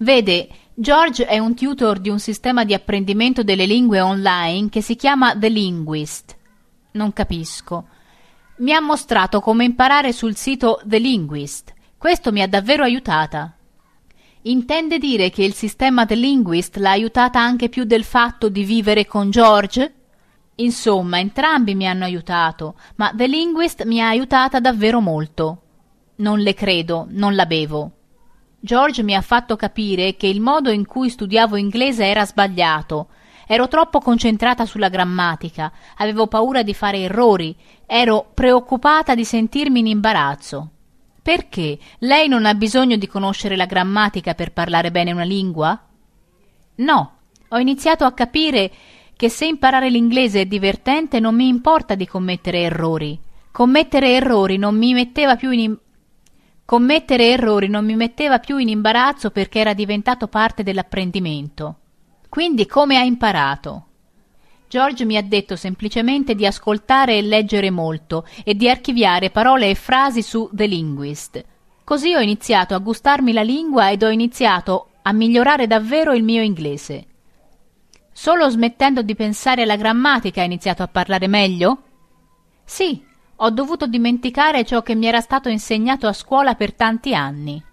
Vede, George è un tutor di un sistema di apprendimento delle lingue online che si chiama The Linguist. Non capisco. Mi ha mostrato come imparare sul sito The Linguist. Questo mi ha davvero aiutata. Intende dire che il sistema The Linguist l'ha aiutata anche più del fatto di vivere con George? Insomma, entrambi mi hanno aiutato, ma The Linguist mi ha aiutata davvero molto. Non le credo, non la bevo. George mi ha fatto capire che il modo in cui studiavo inglese era sbagliato. Ero troppo concentrata sulla grammatica, avevo paura di fare errori, ero preoccupata di sentirmi in imbarazzo. Perché? Lei non ha bisogno di conoscere la grammatica per parlare bene una lingua? No, ho iniziato a capire che se imparare l'inglese è divertente non mi importa di commettere errori. Commettere errori non mi metteva più in imbarazzo perché era diventato parte dell'apprendimento. Quindi come ha imparato? George mi ha detto semplicemente di ascoltare e leggere molto e di archiviare parole e frasi su The Linguist. Così ho iniziato a gustarmi la lingua ed ho iniziato a migliorare davvero il mio inglese. Solo smettendo di pensare alla grammatica ha iniziato a parlare meglio? Sì, ho dovuto dimenticare ciò che mi era stato insegnato a scuola per tanti anni.